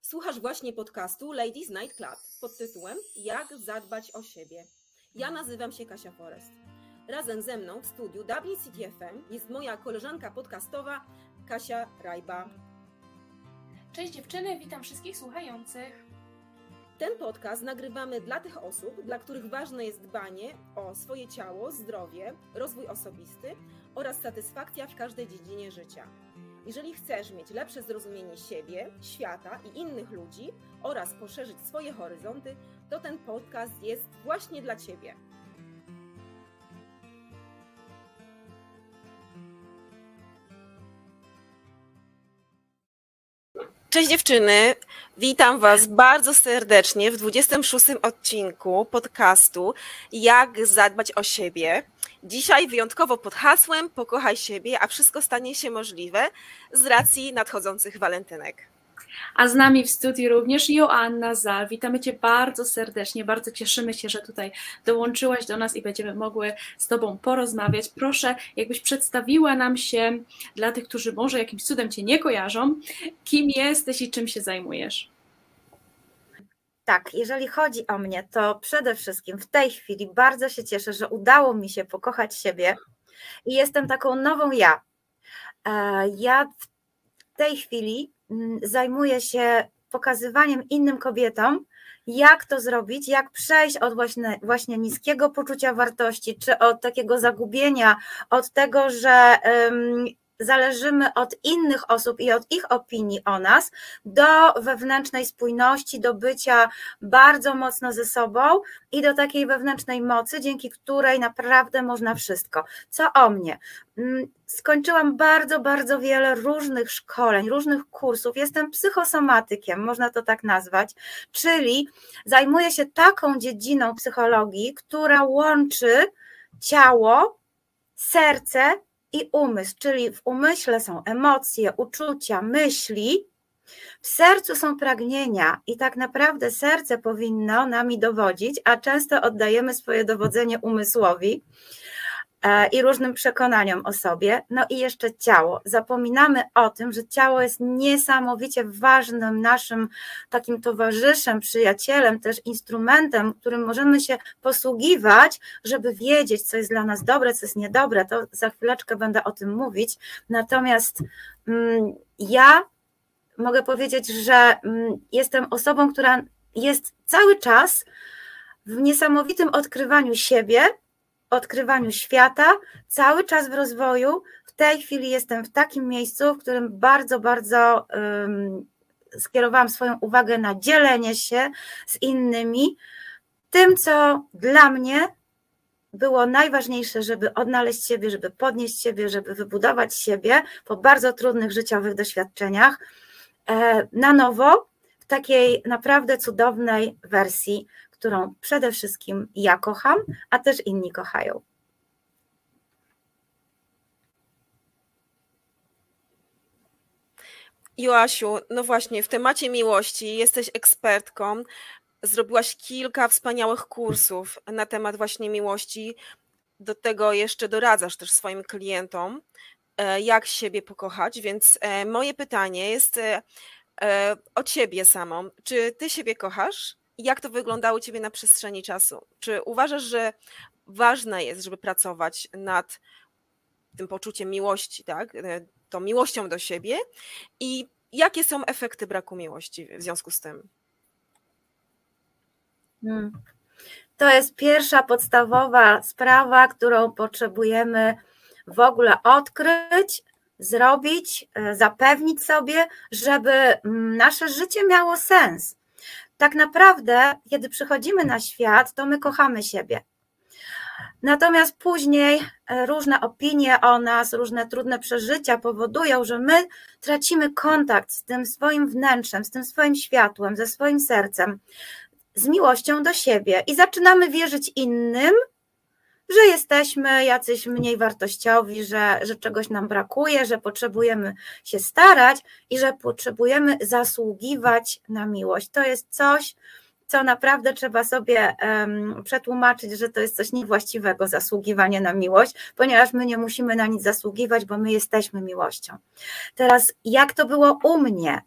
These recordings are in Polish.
Słuchasz właśnie podcastu Ladies Night Club pod tytułem Jak zadbać o siebie. Ja nazywam się Kasia Forest. Razem ze mną w studiu Dublin City FM jest moja koleżanka podcastowa Kasia Rajba. Cześć dziewczyny, witam wszystkich słuchających. Ten podcast nagrywamy dla tych osób, dla których ważne jest dbanie o swoje ciało, zdrowie, rozwój osobisty oraz satysfakcja w każdej dziedzinie życia. Jeżeli chcesz mieć lepsze zrozumienie siebie, świata i innych ludzi oraz poszerzyć swoje horyzonty, to ten podcast jest właśnie dla Ciebie. Cześć dziewczyny, witam Was bardzo serdecznie w 26. odcinku podcastu Jak zadbać o siebie. Dzisiaj wyjątkowo pod hasłem Pokochaj siebie, a wszystko stanie się możliwe z racji nadchodzących walentynek. A z nami w studiu również Joanna Zal. Witamy Cię bardzo serdecznie, bardzo cieszymy się, że tutaj dołączyłaś do nas i będziemy mogły z Tobą porozmawiać. Proszę, jakbyś przedstawiła nam się dla tych, którzy może jakimś cudem Cię nie kojarzą, kim jesteś i czym się zajmujesz. Tak, jeżeli chodzi o mnie, to przede wszystkim w tej chwili bardzo się cieszę, że udało mi się pokochać siebie i jestem taką nową ja. Ja w tej chwili zajmuję się pokazywaniem innym kobietom, jak to zrobić, jak przejść od właśnie niskiego poczucia wartości, czy od takiego zagubienia, od tego, że zależymy od innych osób i od ich opinii o nas, do wewnętrznej spójności, do bycia bardzo mocno ze sobą i do takiej wewnętrznej mocy, dzięki której naprawdę można wszystko. Co o mnie? Skończyłam bardzo, bardzo wiele różnych szkoleń, różnych kursów. Jestem psychosomatykiem, można to tak nazwać, czyli zajmuję się taką dziedziną psychologii, która łączy ciało, serce i umysł, czyli w umyśle są emocje, uczucia, myśli, w sercu są pragnienia i tak naprawdę serce powinno nami dowodzić, a często oddajemy swoje dowodzenie umysłowi i różnym przekonaniom o sobie. No i jeszcze ciało. Zapominamy o tym, że ciało jest niesamowicie ważnym naszym takim towarzyszem, przyjacielem, też instrumentem, którym możemy się posługiwać, żeby wiedzieć, co jest dla nas dobre, co jest niedobre. To za chwileczkę będę o tym mówić. Natomiast ja mogę powiedzieć, że jestem osobą, która jest cały czas w niesamowitym odkrywaniu siebie, odkrywaniu świata, cały czas w rozwoju. W tej chwili jestem w takim miejscu, w którym bardzo, bardzo skierowałam swoją uwagę na dzielenie się z innymi tym, co dla mnie było najważniejsze, żeby odnaleźć siebie, żeby podnieść siebie, żeby wybudować siebie po bardzo trudnych życiowych doświadczeniach na nowo, w takiej naprawdę cudownej wersji, którą przede wszystkim ja kocham, a też inni kochają. Joasiu, no właśnie, w temacie miłości jesteś ekspertką, zrobiłaś kilka wspaniałych kursów na temat właśnie miłości, do tego jeszcze doradzasz też swoim klientom, jak siebie pokochać, więc moje pytanie jest o ciebie samą. Czy ty siebie kochasz? Jak to wyglądało u ciebie na przestrzeni czasu? Czy uważasz, że ważne jest, żeby pracować nad tym poczuciem miłości, tak? Tą miłością do siebie? I jakie są efekty braku miłości w związku z tym? To jest pierwsza podstawowa sprawa, którą potrzebujemy w ogóle odkryć, zrobić, zapewnić sobie, żeby nasze życie miało sens. Tak naprawdę, kiedy przychodzimy na świat, to my kochamy siebie. Natomiast później różne opinie o nas, różne trudne przeżycia powodują, że my tracimy kontakt z tym swoim wnętrzem, z tym swoim światłem, ze swoim sercem, z miłością do siebie i zaczynamy wierzyć innym, że jesteśmy jacyś mniej wartościowi, że czegoś nam brakuje, że potrzebujemy się starać i że potrzebujemy zasługiwać na miłość. To jest coś, co naprawdę trzeba sobie przetłumaczyć, że to jest coś niewłaściwego, zasługiwanie na miłość, ponieważ my nie musimy na nic zasługiwać, bo my jesteśmy miłością. Teraz jak to było u mnie?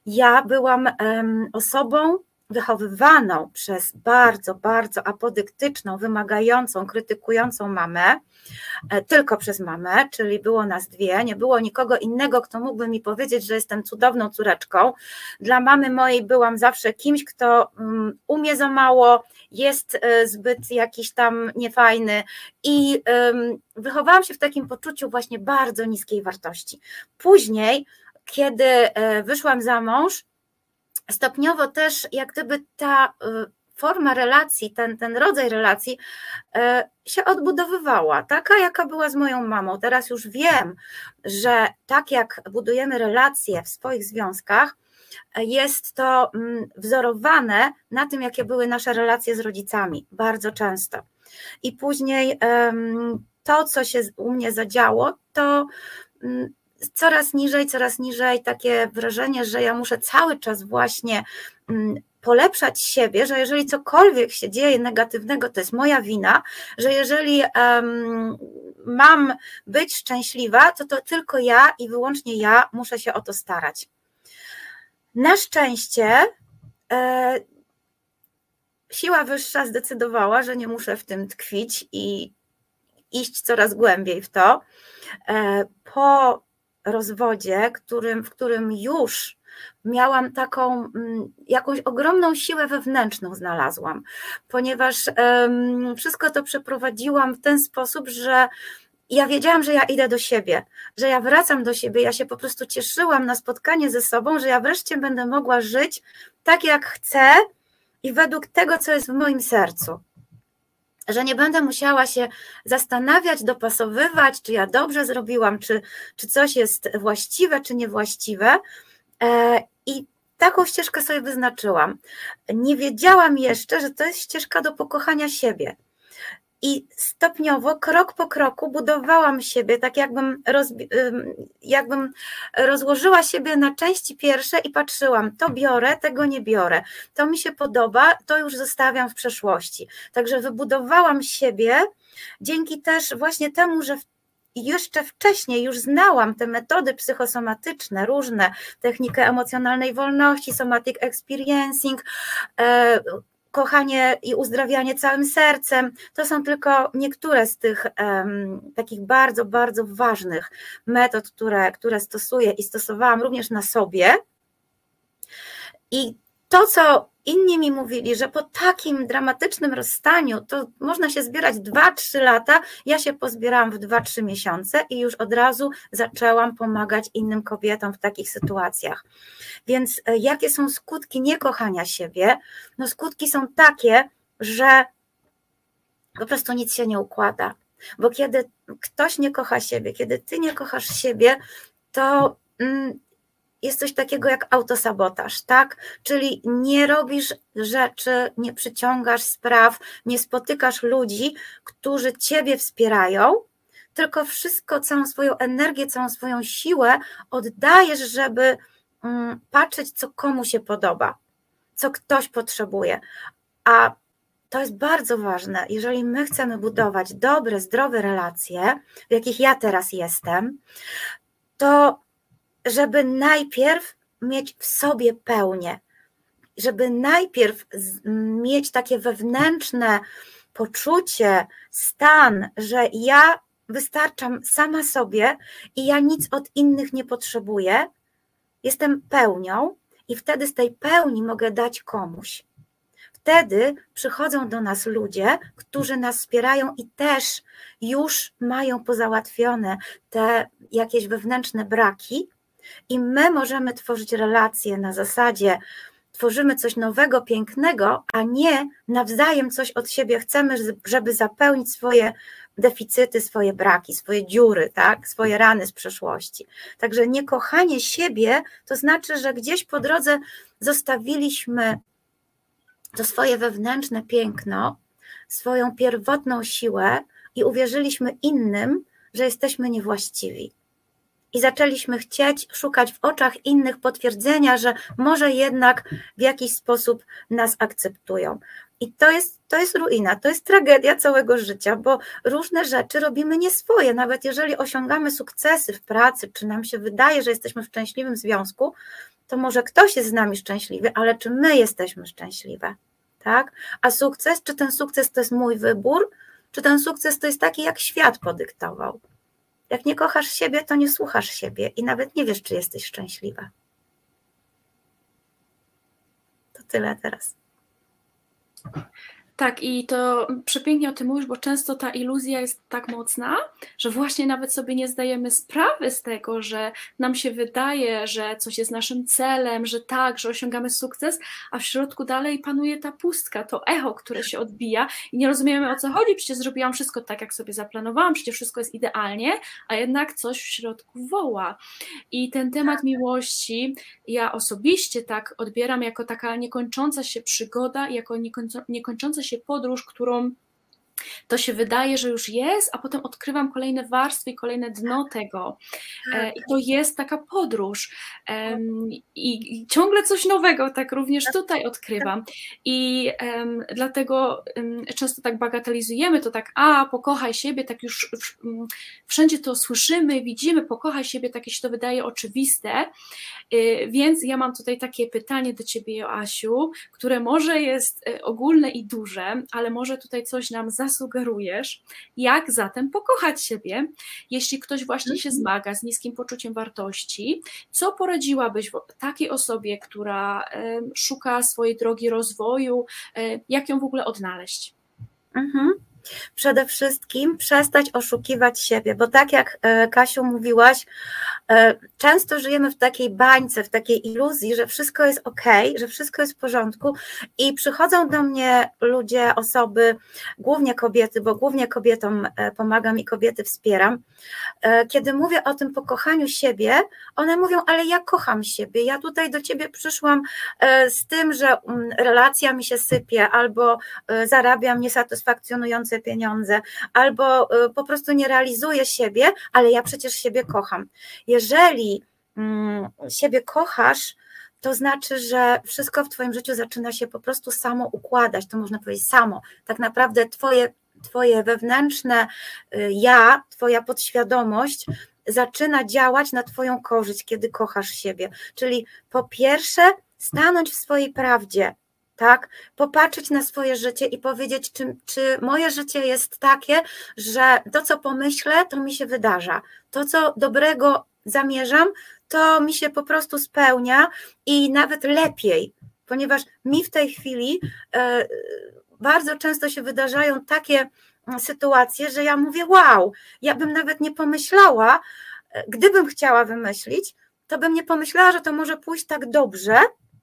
ja byłam osobą wychowywaną przez bardzo, bardzo apodyktyczną, wymagającą, krytykującą mamę, tylko przez mamę, czyli było nas dwie, nie było nikogo innego, kto mógłby mi powiedzieć, że jestem cudowną córeczką. Dla mamy mojej byłam zawsze kimś, kto umie za mało, jest zbyt jakiś tam niefajny i wychowałam się w takim poczuciu właśnie bardzo niskiej wartości. Później, kiedy wyszłam za mąż, stopniowo też jak gdyby ta forma relacji, ten rodzaj relacji się odbudowywała, taka jaka była z moją mamą. Teraz już wiem, że tak jak budujemy relacje w swoich związkach, jest to wzorowane na tym, jakie były nasze relacje z rodzicami, bardzo często. I później to, co się u mnie zadziało, to coraz niżej, takie wrażenie, że ja muszę cały czas właśnie polepszać siebie, że jeżeli cokolwiek się dzieje negatywnego, to jest moja wina, że jeżeli mam być szczęśliwa, to tylko ja i wyłącznie ja muszę się o to starać. Na szczęście siła wyższa zdecydowała, że nie muszę w tym tkwić i iść coraz głębiej w to. Po rozwodzie, w którym już miałam taką jakąś ogromną siłę wewnętrzną znalazłam, ponieważ wszystko to przeprowadziłam w ten sposób, że ja wiedziałam, że ja idę do siebie, że ja wracam do siebie, ja się po prostu cieszyłam na spotkanie ze sobą, że ja wreszcie będę mogła żyć tak jak chcę i według tego, co jest w moim sercu. Że nie będę musiała się zastanawiać, dopasowywać, czy ja dobrze zrobiłam, czy coś jest właściwe, czy niewłaściwe. I taką ścieżkę sobie wyznaczyłam. Nie wiedziałam jeszcze, że to jest ścieżka do pokochania siebie. I stopniowo, krok po kroku budowałam siebie, tak jakbym rozłożyła siebie na części pierwsze i patrzyłam, to biorę, tego nie biorę, to mi się podoba, to już zostawiam w przeszłości. Także wybudowałam siebie dzięki też właśnie temu, że jeszcze wcześniej już znałam te metody psychosomatyczne, różne, technikę emocjonalnej wolności, somatic experiencing, kochanie i uzdrawianie całym sercem. To są tylko niektóre z tych takich bardzo, bardzo ważnych metod, które stosuję i stosowałam również na sobie. I to, co inni mi mówili, że po takim dramatycznym rozstaniu to można się zbierać 2-3 lata, ja się pozbierałam w 2-3 miesiące i już od razu zaczęłam pomagać innym kobietom w takich sytuacjach. Więc jakie są skutki niekochania siebie? No skutki są takie, że po prostu nic się nie układa, bo kiedy ktoś nie kocha siebie, kiedy ty nie kochasz siebie, to jest coś takiego jak autosabotaż, tak? Czyli nie robisz rzeczy, nie przyciągasz spraw, nie spotykasz ludzi, którzy ciebie wspierają, tylko wszystko, całą swoją energię, całą swoją siłę oddajesz, żeby patrzeć, co komu się podoba, co ktoś potrzebuje. A to jest bardzo ważne, jeżeli my chcemy budować dobre, zdrowe relacje, w jakich ja teraz jestem, to żeby najpierw mieć w sobie pełnię, żeby najpierw mieć takie wewnętrzne poczucie, stan, że ja wystarczam sama sobie i ja nic od innych nie potrzebuję, jestem pełnią i wtedy z tej pełni mogę dać komuś. Wtedy przychodzą do nas ludzie, którzy nas wspierają i też już mają pozałatwione te jakieś wewnętrzne braki i my możemy tworzyć relacje na zasadzie tworzymy coś nowego, pięknego, a nie nawzajem coś od siebie chcemy, żeby zapełnić swoje deficyty, swoje braki, swoje dziury, tak? Swoje rany z przeszłości. Także niekochanie siebie to znaczy, że gdzieś po drodze zostawiliśmy to swoje wewnętrzne piękno, swoją pierwotną siłę i uwierzyliśmy innym, że jesteśmy niewłaściwi. I zaczęliśmy chcieć szukać w oczach innych potwierdzenia, że może jednak w jakiś sposób nas akceptują. I to jest ruina, to jest tragedia całego życia, bo różne rzeczy robimy nie swoje. Nawet jeżeli osiągamy sukcesy w pracy, czy nam się wydaje, że jesteśmy w szczęśliwym związku, to może ktoś jest z nami szczęśliwy, ale czy my jesteśmy szczęśliwe? Tak? A sukces, czy ten sukces to jest mój wybór, czy ten sukces to jest taki, jak świat podyktował? Jak nie kochasz siebie, to nie słuchasz siebie i nawet nie wiesz, czy jesteś szczęśliwa. To tyle teraz. Tak, i to przepięknie o tym mówisz, bo często ta iluzja jest tak mocna, że właśnie nawet sobie nie zdajemy sprawy z tego, że nam się wydaje, że coś jest naszym celem, że tak, że osiągamy sukces, a w środku dalej panuje ta pustka, to echo, które się odbija i nie rozumiemy, o co chodzi, przecież zrobiłam wszystko tak, jak sobie zaplanowałam, przecież wszystko jest idealnie, a jednak coś w środku woła. I ten temat miłości ja osobiście tak odbieram jako taka niekończąca się przygoda, jako niekończąca się podróż, którą to się wydaje, że już jest, a potem odkrywam kolejne warstwy i kolejne dno tego. I to jest taka podróż. I ciągle coś nowego, tak również tutaj odkrywam. I dlatego często tak bagatelizujemy to tak, pokochaj siebie, tak już wszędzie to słyszymy, widzimy, pokochaj siebie, takie się to wydaje oczywiste. Więc ja mam tutaj takie pytanie do Ciebie, Joasiu, które może jest ogólne i duże, ale może tutaj coś nam zasugerujesz, jak zatem pokochać siebie, jeśli ktoś właśnie się zmaga z niskim poczuciem wartości. Co poradziłabyś takiej osobie, która szuka swojej drogi rozwoju, jak ją w ogóle odnaleźć? Przede wszystkim przestać oszukiwać siebie, bo tak jak Kasiu mówiłaś, często żyjemy w takiej bańce, w takiej iluzji, że wszystko jest okej, że wszystko jest w porządku i przychodzą do mnie ludzie, osoby, głównie kobiety, bo głównie kobietom pomagam i kobiety wspieram. Kiedy mówię o tym pokochaniu siebie, one mówią, ale ja kocham siebie, ja tutaj do ciebie przyszłam z tym, że relacja mi się sypie, albo zarabiam niesatysfakcjonujące pieniądze, albo po prostu nie realizuję siebie, ale ja przecież siebie kocham. Jeżeli siebie kochasz, to znaczy, że wszystko w twoim życiu zaczyna się po prostu samo układać, to można powiedzieć samo. Tak naprawdę twoje wewnętrzne ja, twoja podświadomość zaczyna działać na twoją korzyść, kiedy kochasz siebie. Czyli po pierwsze stanąć w swojej prawdzie, tak? Popatrzeć na swoje życie i powiedzieć, czy moje życie jest takie, że to, co pomyślę, to mi się wydarza. To, co dobrego zamierzam, to mi się po prostu spełnia i nawet lepiej, ponieważ mi w tej chwili bardzo często się wydarzają takie sytuacje, że ja mówię, wow, ja bym nawet nie pomyślała, gdybym chciała wymyślić, to bym nie pomyślała, że to może pójść tak dobrze,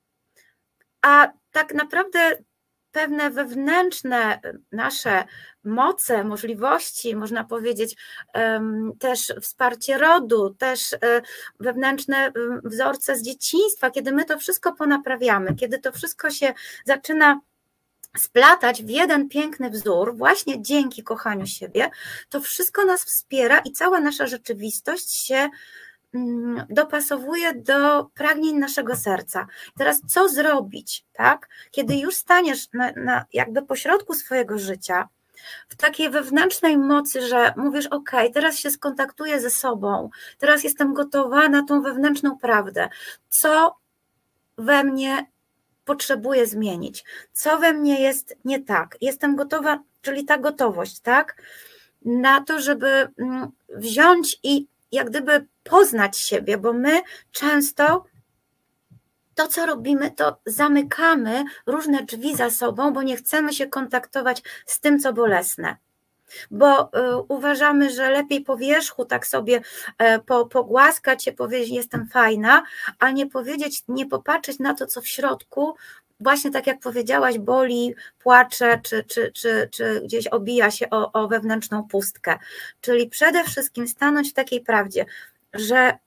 a tak naprawdę pewne wewnętrzne nasze moce, możliwości, można powiedzieć, też wsparcie rodu, też wewnętrzne wzorce z dzieciństwa, kiedy my to wszystko ponaprawiamy, kiedy to wszystko się zaczyna splatać w jeden piękny wzór, właśnie dzięki kochaniu siebie, to wszystko nas wspiera i cała nasza rzeczywistość się dopasowuje do pragnień naszego serca. Teraz co zrobić, tak? Kiedy już staniesz jakby pośrodku swojego życia, w takiej wewnętrznej mocy, że mówisz, ok, teraz się skontaktuję ze sobą, teraz jestem gotowa na tą wewnętrzną prawdę. Co we mnie potrzebuję zmienić? Co we mnie jest nie tak? Jestem gotowa, czyli ta gotowość, tak? Na to, żeby wziąć i jak gdyby poznać siebie, bo my często to, co robimy, to zamykamy różne drzwi za sobą, bo nie chcemy się kontaktować z tym, co bolesne. Bo uważamy, że lepiej po wierzchu tak sobie pogłaskać się, powiedzieć, jestem fajna, a nie powiedzieć, nie popatrzeć na to, co w środku, właśnie tak jak powiedziałaś, boli, płacze, czy gdzieś obija się o wewnętrzną pustkę. Czyli przede wszystkim stanąć w takiej prawdzie, że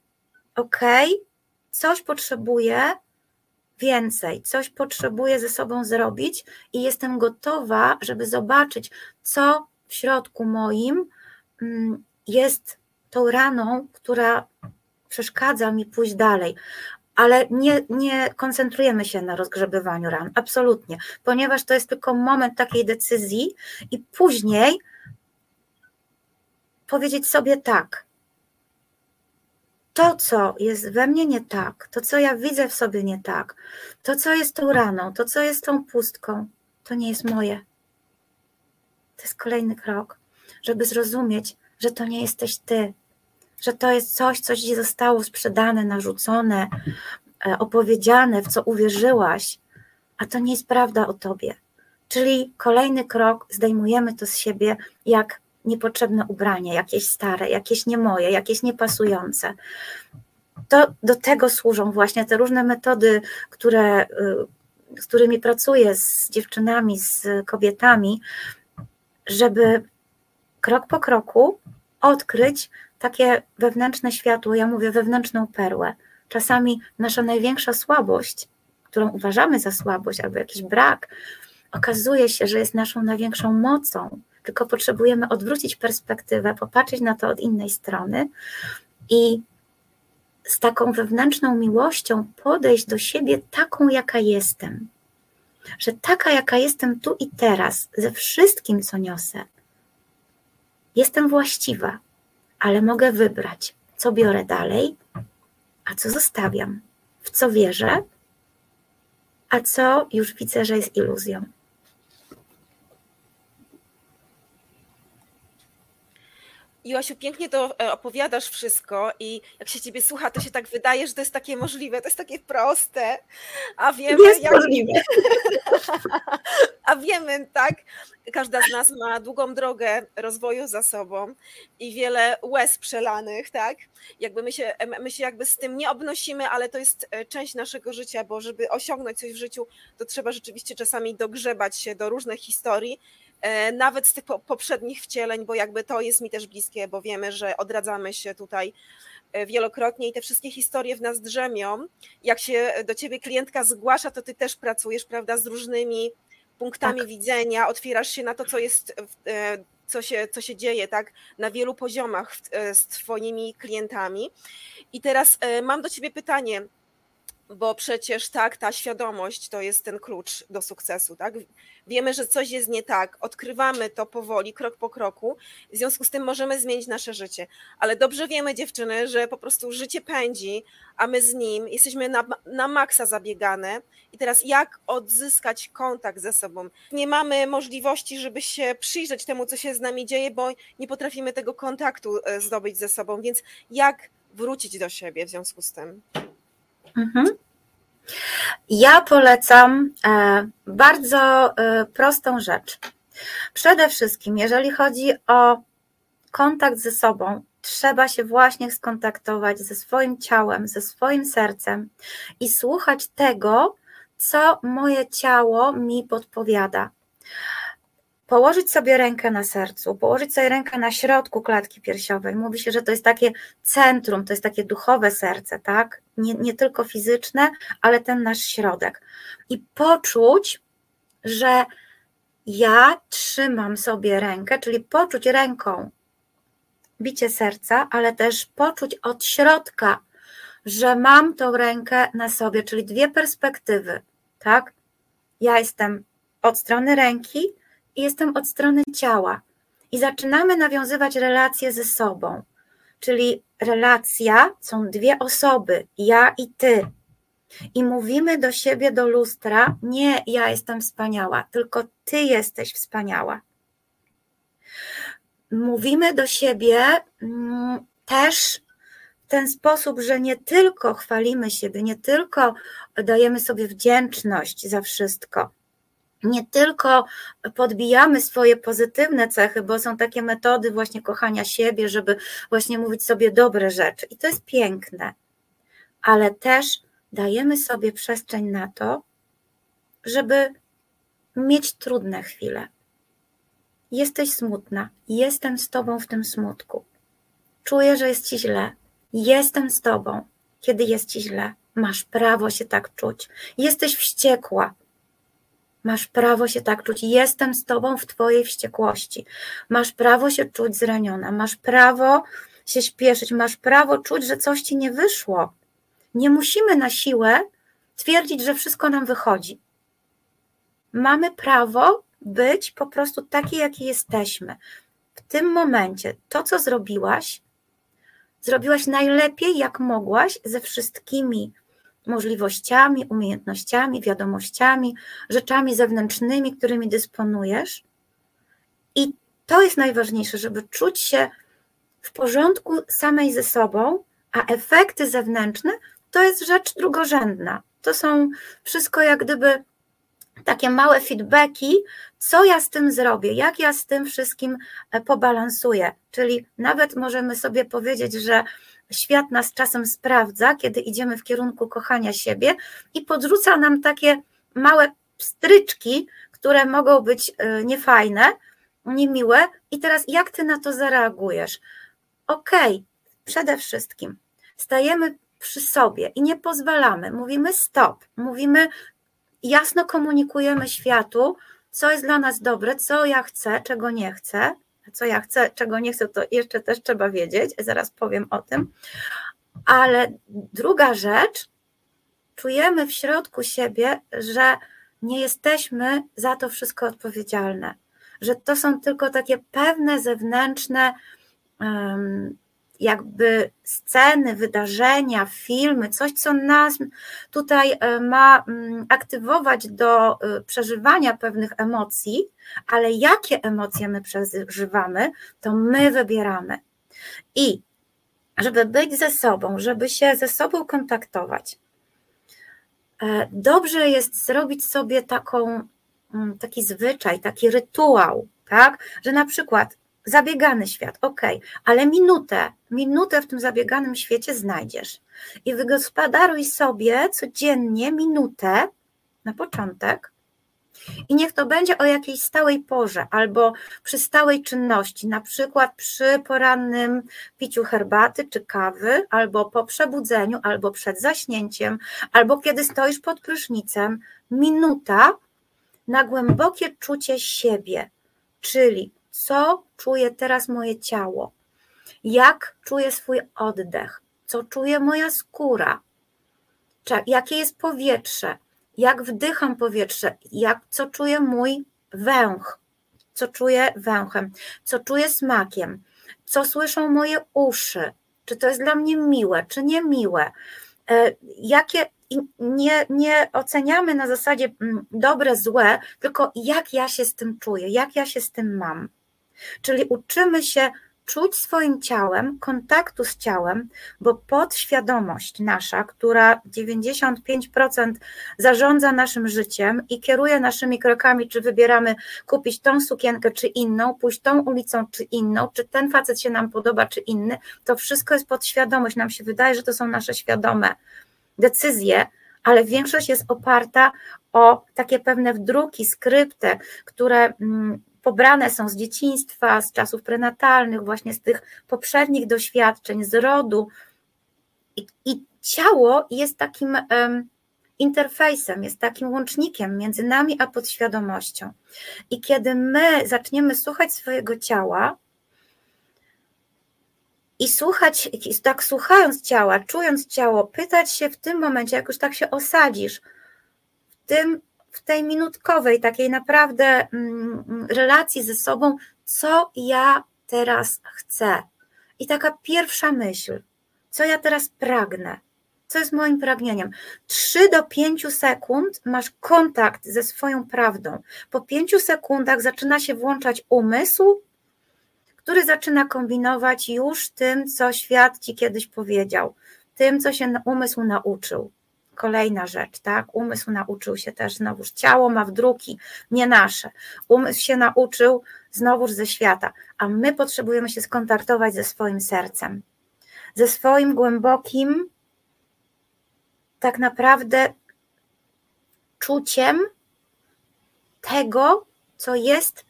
coś potrzebuję więcej, coś potrzebuję ze sobą zrobić i jestem gotowa, żeby zobaczyć, co w środku moim jest tą raną, która przeszkadza mi pójść dalej. ale nie koncentrujemy się na rozgrzebywaniu ran, absolutnie, ponieważ to jest tylko moment takiej decyzji i później powiedzieć sobie tak, to co jest we mnie nie tak, to co ja widzę w sobie nie tak, to co jest tą raną, to co jest tą pustką, to nie jest moje. To jest kolejny krok, żeby zrozumieć, że to nie jesteś ty, że to jest coś, co ci zostało sprzedane, narzucone, opowiedziane, w co uwierzyłaś, a to nie jest prawda o tobie. Czyli kolejny krok, zdejmujemy to z siebie jak niepotrzebne ubranie, jakieś stare, jakieś nie moje, jakieś niepasujące. To do tego służą właśnie te różne metody, z którymi pracuję z dziewczynami, z kobietami, żeby krok po kroku odkryć takie wewnętrzne światło, ja mówię wewnętrzną perłę. Czasami nasza największa słabość, którą uważamy za słabość albo jakiś brak, okazuje się, że jest naszą największą mocą, tylko potrzebujemy odwrócić perspektywę, popatrzeć na to od innej strony i z taką wewnętrzną miłością podejść do siebie taką, jaka jestem. Że taka, jaka jestem tu i teraz, ze wszystkim, co niosę, jestem właściwa, ale mogę wybrać, co biorę dalej, a co zostawiam, w co wierzę, a co już widzę, że jest iluzją. Joasiu, pięknie to opowiadasz wszystko i jak się ciebie słucha, to się tak wydaje, że to jest takie możliwe, to jest takie proste, a wiemy, jest możliwe. A wiemy, tak, każda z nas ma długą drogę rozwoju za sobą i wiele łez przelanych, tak, jakby my się jakby z tym nie obnosimy, ale to jest część naszego życia, bo żeby osiągnąć coś w życiu, to trzeba rzeczywiście czasami dogrzebać się do różnych historii, nawet z tych poprzednich wcieleń, bo jakby to jest mi też bliskie, bo wiemy, że odradzamy się tutaj wielokrotnie i te wszystkie historie w nas drzemią. Jak się do ciebie klientka zgłasza, to ty też pracujesz, prawda, z różnymi punktami widzenia, otwierasz się na to, co jest, co się dzieje, tak, na wielu poziomach z twoimi klientami. I teraz mam do ciebie pytanie, bo przecież tak, ta świadomość to jest ten klucz do sukcesu, tak? Wiemy, że coś jest nie tak, odkrywamy to powoli, krok po kroku, w związku z tym możemy zmienić nasze życie, ale dobrze wiemy, dziewczyny, że po prostu życie pędzi, a my z nim jesteśmy na maksa zabiegane i teraz jak odzyskać kontakt ze sobą? Nie mamy możliwości, żeby się przyjrzeć temu, co się z nami dzieje, bo nie potrafimy tego kontaktu zdobyć ze sobą, więc jak wrócić do siebie w związku z tym? Ja polecam bardzo prostą rzecz. Przede wszystkim, jeżeli chodzi o kontakt ze sobą, trzeba się właśnie skontaktować ze swoim ciałem, ze swoim sercem i słuchać tego, co moje ciało mi podpowiada. Położyć sobie rękę na sercu, położyć sobie rękę na środku klatki piersiowej. Mówi się, że to jest takie centrum, to jest takie duchowe serce, tak? Nie tylko fizyczne, ale ten nasz środek. I poczuć, że ja trzymam sobie rękę, czyli poczuć ręką bicie serca, ale też poczuć od środka, że mam tą rękę na sobie, czyli dwie perspektywy, tak? Ja jestem od strony ręki, i jestem od strony ciała. I zaczynamy nawiązywać relacje ze sobą. Czyli relacja, są dwie osoby, ja i ty. I mówimy do siebie, do lustra, nie ja jestem wspaniała, tylko ty jesteś wspaniała. Mówimy do siebie też w ten sposób, że nie tylko chwalimy siebie, nie tylko dajemy sobie wdzięczność za wszystko, nie tylko podbijamy swoje pozytywne cechy, bo są takie metody właśnie kochania siebie, żeby właśnie mówić sobie dobre rzeczy i to jest piękne, ale też dajemy sobie przestrzeń na to, żeby mieć trudne chwile. Jesteś smutna, jestem z tobą w tym smutku. Czuję, że jest ci źle, jestem z tobą, kiedy jest ci źle. Masz prawo się tak czuć. Jesteś wściekła. Masz prawo się tak czuć. Jestem z tobą w twojej wściekłości. Masz prawo się czuć zraniona. Masz prawo się śpieszyć. Masz prawo czuć, że coś ci nie wyszło. Nie musimy na siłę twierdzić, że wszystko nam wychodzi. Mamy prawo być po prostu taki, jaki jesteśmy. W tym momencie to, co zrobiłaś najlepiej, jak mogłaś, ze wszystkimi możliwościami, umiejętnościami, wiadomościami, rzeczami zewnętrznymi, którymi dysponujesz. I to jest najważniejsze, żeby czuć się w porządku samej ze sobą, a efekty zewnętrzne to jest rzecz drugorzędna. To są wszystko jak gdyby takie małe feedbacki, co ja z tym zrobię, jak ja z tym wszystkim pobalansuję. Czyli nawet możemy sobie powiedzieć, że świat nas czasem sprawdza, kiedy idziemy w kierunku kochania siebie i podrzuca nam takie małe pstryczki, które mogą być niefajne, niemiłe. I teraz jak ty na to zareagujesz? Okej, przede wszystkim stajemy przy sobie i nie pozwalamy, mówimy stop, mówimy, jasno komunikujemy światu, co jest dla nas dobre, co ja chcę, czego nie chcę. Co ja chcę, czego nie chcę, to jeszcze też trzeba wiedzieć, zaraz powiem o tym. Ale druga rzecz, czujemy w środku siebie, że nie jesteśmy za to wszystko odpowiedzialne, że to są tylko takie pewne zewnętrzne jakby sceny, wydarzenia, filmy, coś, co nas tutaj ma aktywować do przeżywania pewnych emocji, ale jakie emocje my przeżywamy, to my wybieramy. I żeby być ze sobą, żeby się ze sobą kontaktować, dobrze jest zrobić sobie taki zwyczaj, taki rytuał, tak, że na przykład zabiegany świat, ale minutę w tym zabieganym świecie znajdziesz i wygospodaruj sobie codziennie minutę na początek i niech to będzie o jakiejś stałej porze albo przy stałej czynności, na przykład przy porannym piciu herbaty czy kawy, albo po przebudzeniu, albo przed zaśnięciem, albo kiedy stoisz pod prysznicem. Minuta na głębokie czucie siebie, czyli co czuje teraz moje ciało, jak czuję swój oddech, co czuje moja skóra, jakie jest powietrze, jak wdycham powietrze, co czuje mój węch, co czuję węchem, co czuję smakiem, co słyszą moje uszy, czy to jest dla mnie miłe, czy niemiłe, nie oceniamy na zasadzie dobre, złe, tylko jak ja się z tym czuję, jak ja się z tym mam. Czyli uczymy się czuć swoim ciałem, kontaktu z ciałem, bo podświadomość nasza, która 95% zarządza naszym życiem i kieruje naszymi krokami, czy wybieramy kupić tą sukienkę, czy inną, pójść tą ulicą, czy inną, czy ten facet się nam podoba, czy inny, to wszystko jest podświadomość. Nam się wydaje, że to są nasze świadome decyzje, ale większość jest oparta o takie pewne wdruki, skrypty, które pobrane są z dzieciństwa, z czasów prenatalnych, właśnie z tych poprzednich doświadczeń, z rodu. I ciało jest takim interfejsem, jest takim łącznikiem między nami a podświadomością. I kiedy my zaczniemy słuchać swojego ciała i tak słuchając ciała, czując ciało, pytać się w tym momencie, jak już tak się osadzisz, w tej minutkowej, takiej naprawdę relacji ze sobą, co ja teraz chcę. I taka pierwsza myśl, co ja teraz pragnę, co jest moim pragnieniem. 3 do 5 sekund masz kontakt ze swoją prawdą. Po 5 sekundach zaczyna się włączać umysł, który zaczyna kombinować już tym, co świat ci kiedyś powiedział, tym, co się umysł nauczył. Kolejna rzecz, tak? Umysł nauczył się też znowuż, ciało ma wdruki, nie nasze. Umysł się nauczył znowuż ze świata, a my potrzebujemy się skontaktować ze swoim sercem, ze swoim głębokim, tak naprawdę czuciem tego, co jest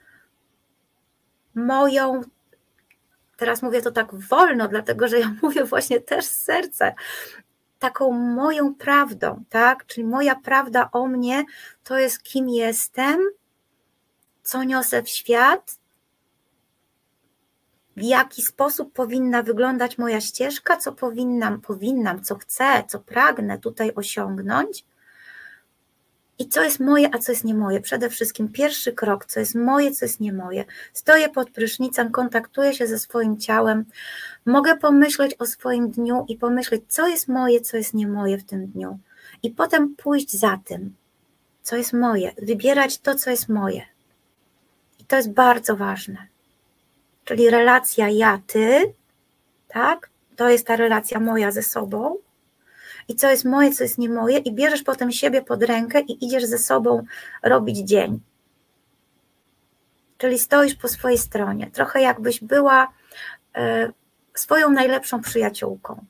moją, teraz mówię to tak wolno, dlatego że ja mówię właśnie też z serca, taką moją prawdą, tak? Czyli moja prawda o mnie to jest kim jestem, co niosę w świat w jaki sposób powinna wyglądać moja ścieżka, co powinnam, co chcę, co pragnę tutaj osiągnąć i co jest moje, a co jest nie moje. Przede wszystkim pierwszy krok, co jest moje, co jest nie moje. Stoję pod prysznicem, kontaktuję się ze swoim ciałem, mogę pomyśleć o swoim dniu i pomyśleć, co jest moje, co jest nie moje w tym dniu. I potem pójść za tym, co jest moje, wybierać to, co jest moje. I to jest bardzo ważne. Czyli relacja ja-ty, tak? To jest ta relacja moja ze sobą. I co jest moje, co jest nie moje, i bierzesz potem siebie pod rękę i idziesz ze sobą robić dzień. Czyli stoisz po swojej stronie, trochę jakbyś była swoją najlepszą przyjaciółką.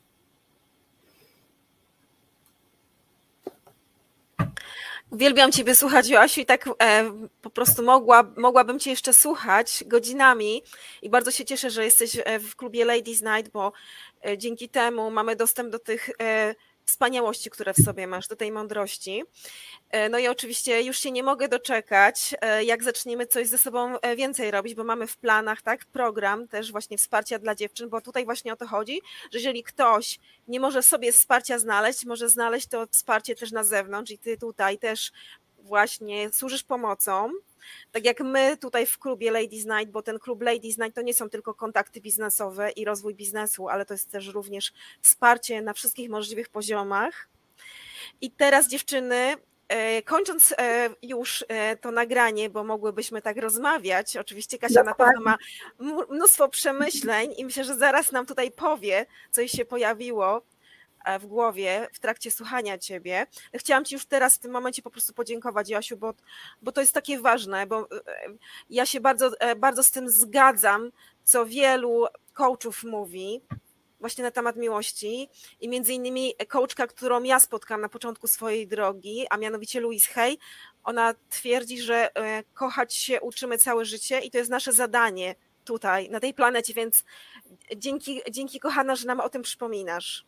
Uwielbiam Ciebie słuchać, Joasiu, i tak po prostu mogłabym Cię jeszcze słuchać godzinami i bardzo się cieszę, że jesteś w klubie Ladies Night, bo dzięki temu mamy dostęp do tych wspaniałości, które w sobie masz, do tej mądrości. No i oczywiście już się nie mogę doczekać, jak zaczniemy coś ze sobą więcej robić, bo mamy w planach, tak, program też właśnie wsparcia dla dziewczyn, bo tutaj właśnie o to chodzi, że jeżeli ktoś nie może sobie wsparcia znaleźć, może znaleźć to wsparcie też na zewnątrz i ty tutaj też właśnie służysz pomocą. Tak jak my tutaj w klubie Ladies Night, bo ten klub Ladies Night to nie są tylko kontakty biznesowe i rozwój biznesu, ale to jest też również wsparcie na wszystkich możliwych poziomach. I teraz dziewczyny, kończąc już to nagranie, bo mogłybyśmy tak rozmawiać, oczywiście Kasia na pewno ma mnóstwo przemyśleń i myślę, że zaraz nam tutaj powie, co jej się pojawiło w głowie w trakcie słuchania Ciebie. Chciałam Ci już teraz w tym momencie po prostu podziękować, Joasiu, bo to jest takie ważne, bo ja się bardzo z tym zgadzam, co wielu coachów mówi właśnie na temat miłości i między innymi coachka, którą ja spotkałam na początku swojej drogi, a mianowicie Louise Hay, ona twierdzi, że kochać się uczymy całe życie i to jest nasze zadanie tutaj, na tej planecie, więc dzięki kochana, że nam o tym przypominasz.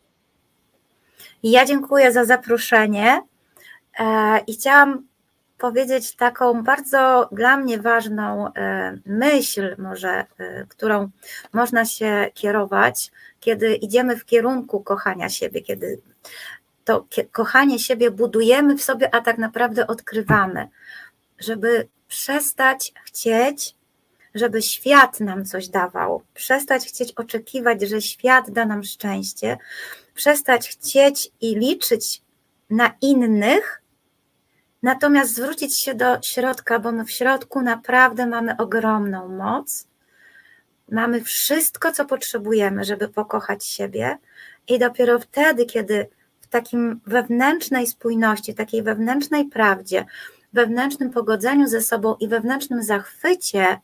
Ja dziękuję za zaproszenie i chciałam powiedzieć taką bardzo dla mnie ważną myśl może, którą można się kierować, kiedy idziemy w kierunku kochania siebie, kiedy to kochanie siebie budujemy w sobie, a tak naprawdę odkrywamy, żeby przestać chcieć, żeby świat nam coś dawał, przestać chcieć oczekiwać, że świat da nam szczęście, przestać chcieć i liczyć na innych, natomiast zwrócić się do środka, bo my w środku naprawdę mamy ogromną moc, mamy wszystko, co potrzebujemy, żeby pokochać siebie i dopiero wtedy, kiedy w takim wewnętrznej spójności, takiej wewnętrznej prawdzie, wewnętrznym pogodzeniu ze sobą i wewnętrznym zachwycie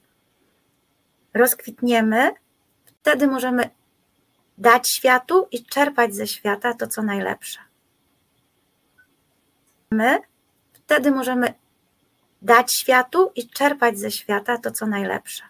rozkwitniemy, wtedy możemy dać światu i czerpać ze świata to, co najlepsze. Wtedy możemy dać światu i czerpać ze świata to, co najlepsze.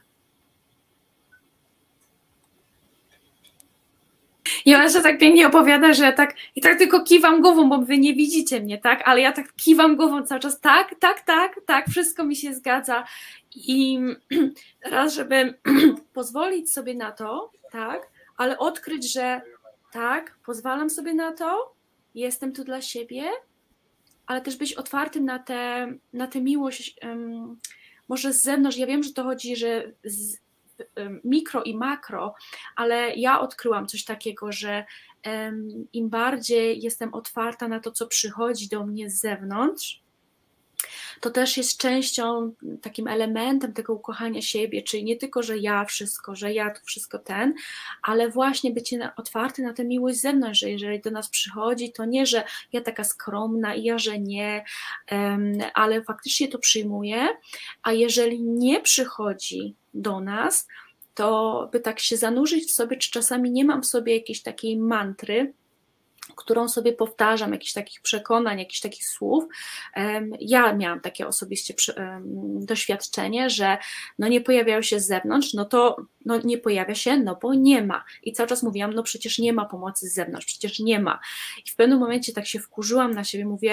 Joasia tak pięknie opowiada, że tak i tak tylko kiwam głową, bo wy nie widzicie mnie, tak? Ale ja tak kiwam głową cały czas, tak, wszystko mi się zgadza. I raz, żeby pozwolić sobie na to, tak, ale odkryć, że tak, pozwalam sobie na to, jestem tu dla siebie, ale też być otwartym na tę miłość, może z zewnątrz. Ja wiem, że to chodzi, że mikro i makro, ale ja odkryłam coś takiego, że im bardziej jestem otwarta na to, co przychodzi do mnie z zewnątrz, to też jest częścią, takim elementem tego ukochania siebie, czyli nie tylko, że ja tu wszystko ale właśnie bycie otwarty na tę miłość z zewnątrz, że jeżeli do nas przychodzi, to nie, że ja taka skromna i ja, że nie, ale faktycznie to przyjmuję, a jeżeli nie przychodzi do nas, to by tak się zanurzyć w sobie, czy czasami nie mam w sobie jakiejś takiej mantry, którą sobie powtarzam, jakichś takich przekonań, jakichś takich słów. Ja miałam takie osobiście doświadczenie, że no nie pojawiają się z zewnątrz, no nie pojawia się, no bo nie ma. I cały czas mówiłam, no przecież nie ma pomocy z zewnątrz, przecież nie ma. I w pewnym momencie tak się wkurzyłam na siebie, mówię,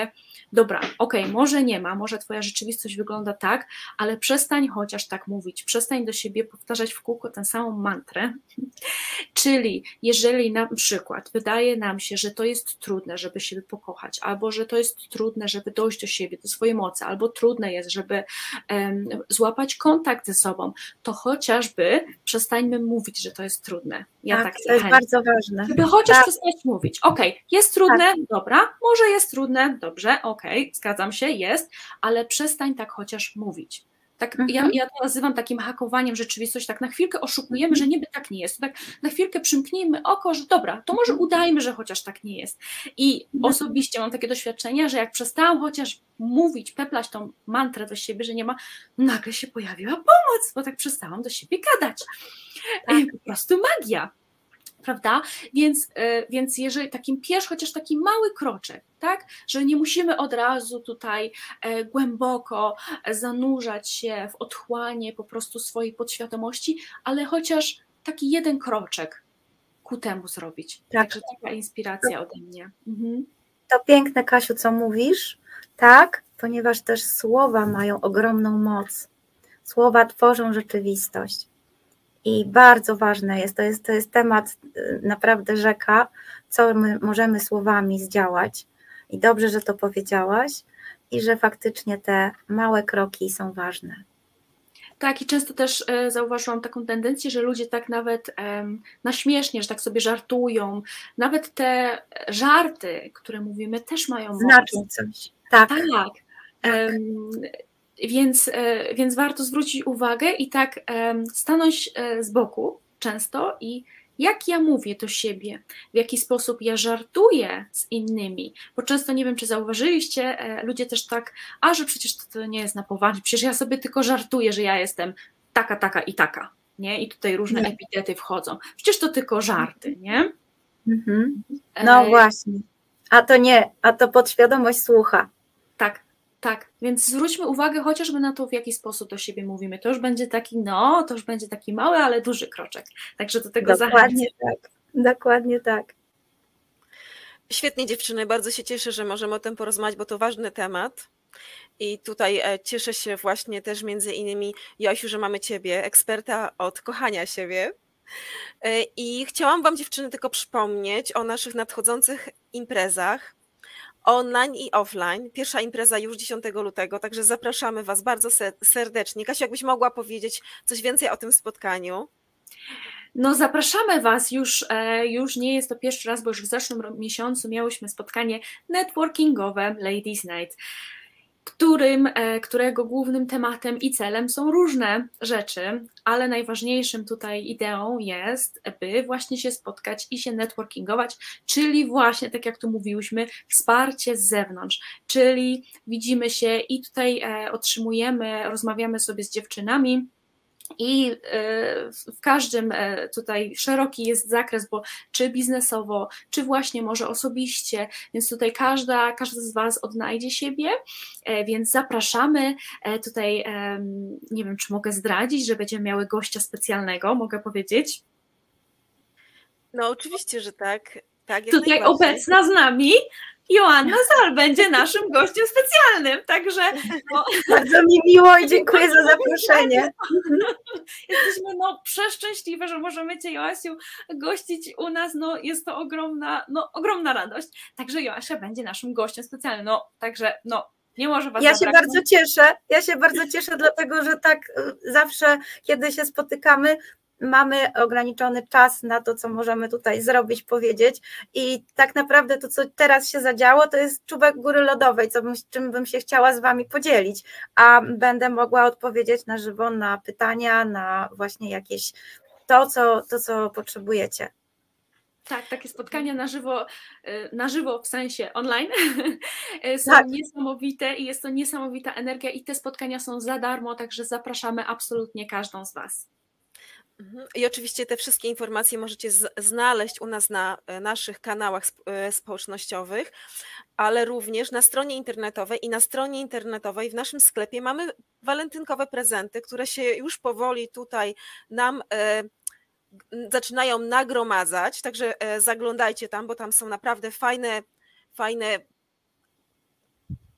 dobra, okej, może nie ma, może twoja rzeczywistość wygląda tak, ale przestań chociaż tak mówić, przestań do siebie powtarzać w kółko tę samą mantrę, czyli jeżeli na przykład wydaje nam się, że to jest trudne, żeby siebie pokochać, albo że to jest trudne, żeby dojść do siebie, do swojej mocy, albo trudne jest, żeby złapać kontakt ze sobą, to chociażby przestańmy mówić, że to jest trudne. Ja tak to jest bardzo ważne. żeby chociaż przestać mówić, okej, jest trudne, dobra, może jest trudne, dobrze, okej, zgadzam się, jest, ale przestań tak chociaż mówić. Tak, ja to nazywam takim hakowaniem rzeczywistości, tak na chwilkę oszukujemy, że niby tak nie jest, tak na chwilkę przymknijmy oko, że dobra, to może udajmy, że chociaż tak nie jest. I osobiście mam takie doświadczenia, że jak przestałam chociaż mówić, peplać tą mantrę do siebie, że nie ma, nagle się pojawiła pomoc, bo tak przestałam do siebie gadać. Po prostu magia. Prawda? Więc jeżeli chociaż taki mały kroczek, tak, że nie musimy od razu tutaj głęboko zanurzać się w otchłanie po prostu swojej podświadomości, ale chociaż taki jeden kroczek ku temu zrobić. Także taka inspiracja ode mnie. To piękne, Kasiu, co mówisz, tak, ponieważ też słowa mają ogromną moc. Słowa tworzą rzeczywistość. I bardzo ważne to jest temat naprawdę rzeka, co my możemy słowami zdziałać. I dobrze, że to powiedziałaś i że faktycznie te małe kroki są ważne. Tak, i często też zauważyłam taką tendencję, że ludzie tak nawet na śmiesznie, że tak sobie żartują. Nawet te żarty, które mówimy, też mają moc. Znaczą coś. Tak. Więc warto zwrócić uwagę i tak stanąć z boku często i jak ja mówię do siebie, w jaki sposób ja żartuję z innymi, bo często, nie wiem, czy zauważyliście, ludzie też tak, że przecież to nie jest na poważnie, przecież ja sobie tylko żartuję, że ja jestem taka, taka i taka, nie? I tutaj różne epitety wchodzą. Przecież to tylko żarty, nie? No właśnie, a to nie, a to podświadomość słucha. Tak, więc zwróćmy uwagę chociażby na to, w jaki sposób do siebie mówimy. To już będzie taki mały, ale duży kroczek. Także do tego zachęcam. Dokładnie tak. Świetnie, dziewczyny, bardzo się cieszę, że możemy o tym porozmawiać, bo to ważny temat. I tutaj cieszę się właśnie też między innymi, Joasiu, że mamy Ciebie, eksperta od kochania siebie. I chciałam Wam, dziewczyny, tylko przypomnieć o naszych nadchodzących imprezach online i offline. Pierwsza impreza już 10 lutego, także zapraszamy Was bardzo serdecznie. Kasiu, jakbyś mogła powiedzieć coś więcej o tym spotkaniu? No zapraszamy Was, już nie jest to pierwszy raz, bo już w zeszłym miesiącu miałyśmy spotkanie networkingowe Ladies Night, którego głównym tematem i celem są różne rzeczy, ale najważniejszym tutaj ideą jest, by właśnie się spotkać i się networkingować, czyli właśnie, tak jak tu mówiłyśmy, wsparcie z zewnątrz, czyli widzimy się i tutaj rozmawiamy sobie z dziewczynami, i w każdym tutaj szeroki jest zakres, bo czy biznesowo, czy właśnie może osobiście, więc tutaj każda z Was odnajdzie siebie, więc zapraszamy. Tutaj nie wiem, czy mogę zdradzić, że będziemy miały gościa specjalnego, mogę powiedzieć? No oczywiście, że tak. Tutaj obecna z nami Joanna Zal będzie naszym gościem specjalnym, także... Bardzo mi miło i dziękuję za zaproszenie. Jesteśmy przeszczęśliwe, że możemy Cię, Joasiu, gościć u nas, jest to ogromna radość, także Joasia będzie naszym gościem specjalnym, także nie może Was zabraknąć. Ja się bardzo cieszę, dlatego że tak zawsze, kiedy się spotykamy, mamy ograniczony czas na to, co możemy tutaj zrobić, powiedzieć i tak naprawdę to, co teraz się zadziało, to jest czubek góry lodowej, czym bym się chciała z Wami podzielić, a będę mogła odpowiedzieć na żywo na pytania, na właśnie jakieś to, co potrzebujecie. Tak, takie spotkania na żywo w sensie online są niesamowite i jest to niesamowita energia i te spotkania są za darmo, także zapraszamy absolutnie każdą z Was. I oczywiście te wszystkie informacje możecie znaleźć u nas na naszych kanałach społecznościowych, ale również na stronie internetowej i na stronie internetowej w naszym sklepie mamy walentynkowe prezenty, które się już powoli tutaj nam zaczynają nagromadzać, także zaglądajcie tam, bo tam są naprawdę fajne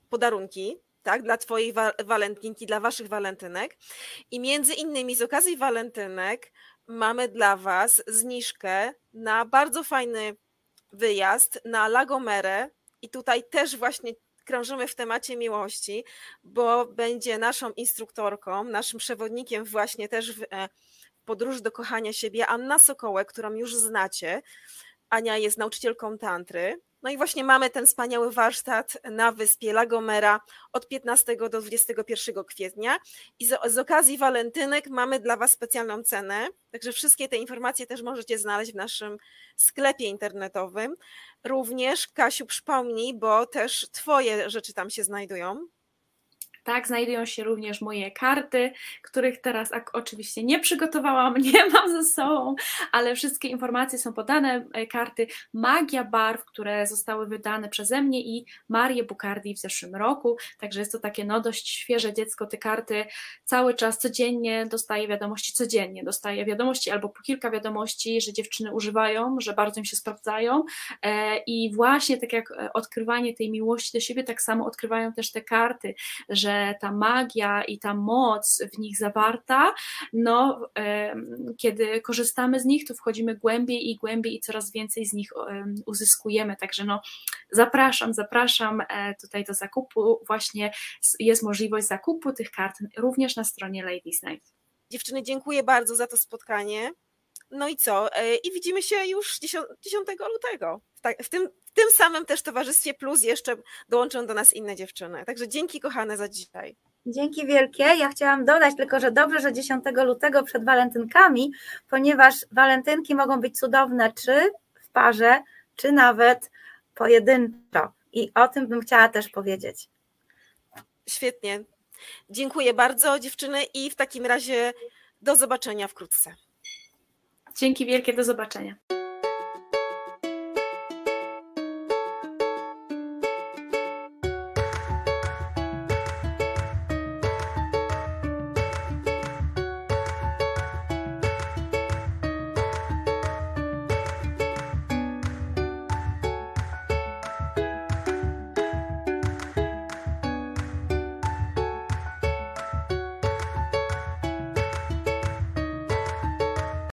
podarunki, tak, dla twojej walentynki, dla waszych walentynek i między innymi z okazji walentynek mamy dla was zniżkę na bardzo fajny wyjazd na La Gomera i tutaj też właśnie krążymy w temacie miłości, bo będzie naszą instruktorką, naszym przewodnikiem właśnie też w podróży do kochania siebie Anna Sokołek, którą już znacie. Ania jest nauczycielką tantry. No i właśnie mamy ten wspaniały warsztat na wyspie La Gomera od 15 do 21 kwietnia i z okazji walentynek mamy dla was specjalną cenę, także wszystkie te informacje też możecie znaleźć w naszym sklepie internetowym. Również, Kasiu, przypomnij, bo też twoje rzeczy tam się znajdują. Tak, znajdują się również moje karty, których teraz oczywiście nie przygotowałam, nie mam ze sobą, ale wszystkie informacje są podane. Karty Magia Barw, które zostały wydane przeze mnie i Marię Bucardi w zeszłym roku, także jest to takie dość świeże dziecko. Te karty cały czas, codziennie dostaję wiadomości albo po kilka wiadomości, że dziewczyny używają, że bardzo im się sprawdzają i właśnie tak jak odkrywanie tej miłości do siebie, tak samo odkrywają też te karty, że ta magia i ta moc w nich zawarta, kiedy korzystamy z nich, to wchodzimy głębiej i coraz więcej z nich uzyskujemy, także zapraszam tutaj do zakupu, właśnie jest możliwość zakupu tych kart również na stronie Ladies Night. Dziewczyny, dziękuję bardzo za to spotkanie. No i co? I widzimy się już 10 lutego. W tym samym też towarzystwie, plus jeszcze dołączą do nas inne dziewczyny. Także dzięki, kochane, za dzisiaj. Dzięki wielkie. Ja chciałam dodać tylko, że dobrze, że 10 lutego przed walentynkami, ponieważ walentynki mogą być cudowne czy w parze, czy nawet pojedynczo. I o tym bym chciała też powiedzieć. Świetnie. Dziękuję bardzo, dziewczyny, i w takim razie do zobaczenia wkrótce. Dzięki wielkie, do zobaczenia.